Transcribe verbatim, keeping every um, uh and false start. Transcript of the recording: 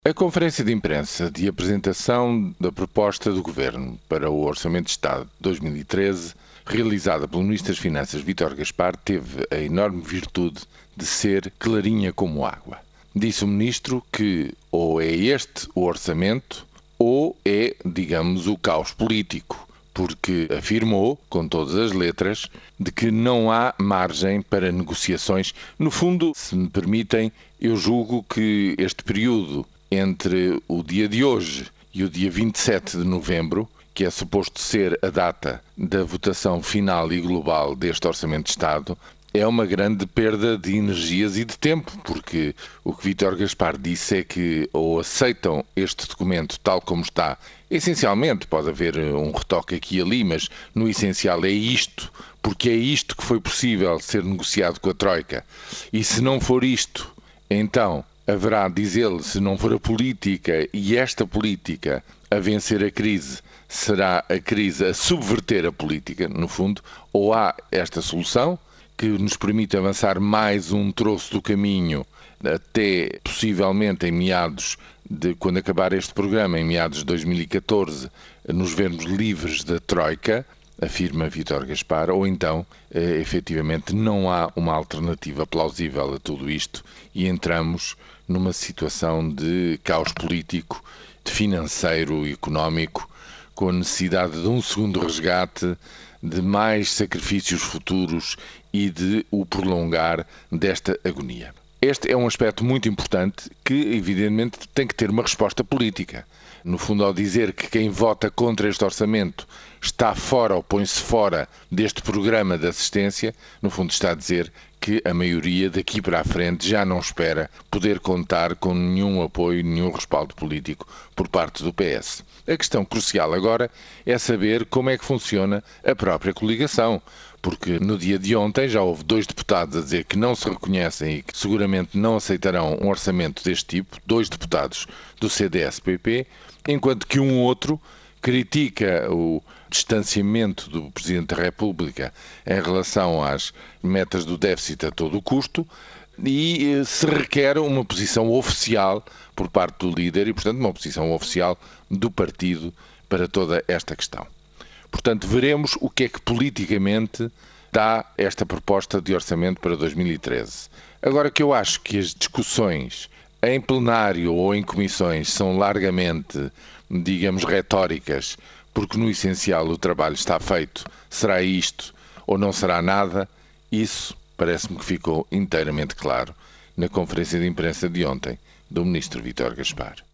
A conferência de imprensa de apresentação da proposta do Governo para o Orçamento de Estado de dois mil e treze, realizada pelo Ministro das Finanças Vítor Gaspar, teve a enorme virtude de ser clarinha como água. Disse o Ministro que ou é este o orçamento ou é, digamos, o caos político, porque afirmou, com todas as letras, de que não há margem para negociações. No fundo, se me permitem, eu julgo que este período entre o dia de hoje e o dia vinte e sete de novembro, que é suposto ser a data da votação final e global deste Orçamento de Estado, é uma grande perda de energias e de tempo, porque o que Vítor Gaspar disse é que ou aceitam este documento tal como está, essencialmente pode haver um retoque aqui e ali, mas no essencial é isto, porque é isto que foi possível ser negociado com a Troika. E se não for isto, então haverá, diz ele, se não for a política e esta política a vencer a crise, será a crise a subverter a política, no fundo, ou há esta solução que nos permite avançar mais um troço do caminho até possivelmente em meados de, quando acabar este programa, em meados de dois mil e catorze, nos vermos livres da Troika, afirma Vítor Gaspar, ou então, eh, efetivamente, não há uma alternativa plausível a tudo isto e entramos numa situação de caos político, de financeiro e económico, com a necessidade de um segundo resgate, de mais sacrifícios futuros e de o prolongar desta agonia. Este é um aspecto muito importante que, evidentemente, tem que ter uma resposta política. No fundo, ao dizer que quem vota contra este orçamento está fora ou põe-se fora deste programa de assistência, no fundo está a dizer que a maioria daqui para a frente já não espera poder contar com nenhum apoio, nenhum respaldo político por parte do P S. A questão crucial agora é saber como é que funciona a própria coligação, porque no dia de ontem já houve dois deputados a dizer que não se reconhecem e que seguramente não aceitarão um orçamento deste tipo, dois deputados do C D S P P, enquanto que um outro critica o distanciamento do Presidente da República em relação às metas do déficit a todo o custo e se requer uma posição oficial por parte do líder e, portanto, uma posição oficial do partido para toda esta questão. Portanto, veremos o que é que politicamente dá esta proposta de orçamento para dois mil e treze. Agora que eu acho que as discussões em plenário ou em comissões são largamente, digamos, retóricas, porque no essencial o trabalho está feito, será isto ou não será nada, isso parece-me que ficou inteiramente claro na conferência de imprensa de ontem do Ministro Vítor Gaspar.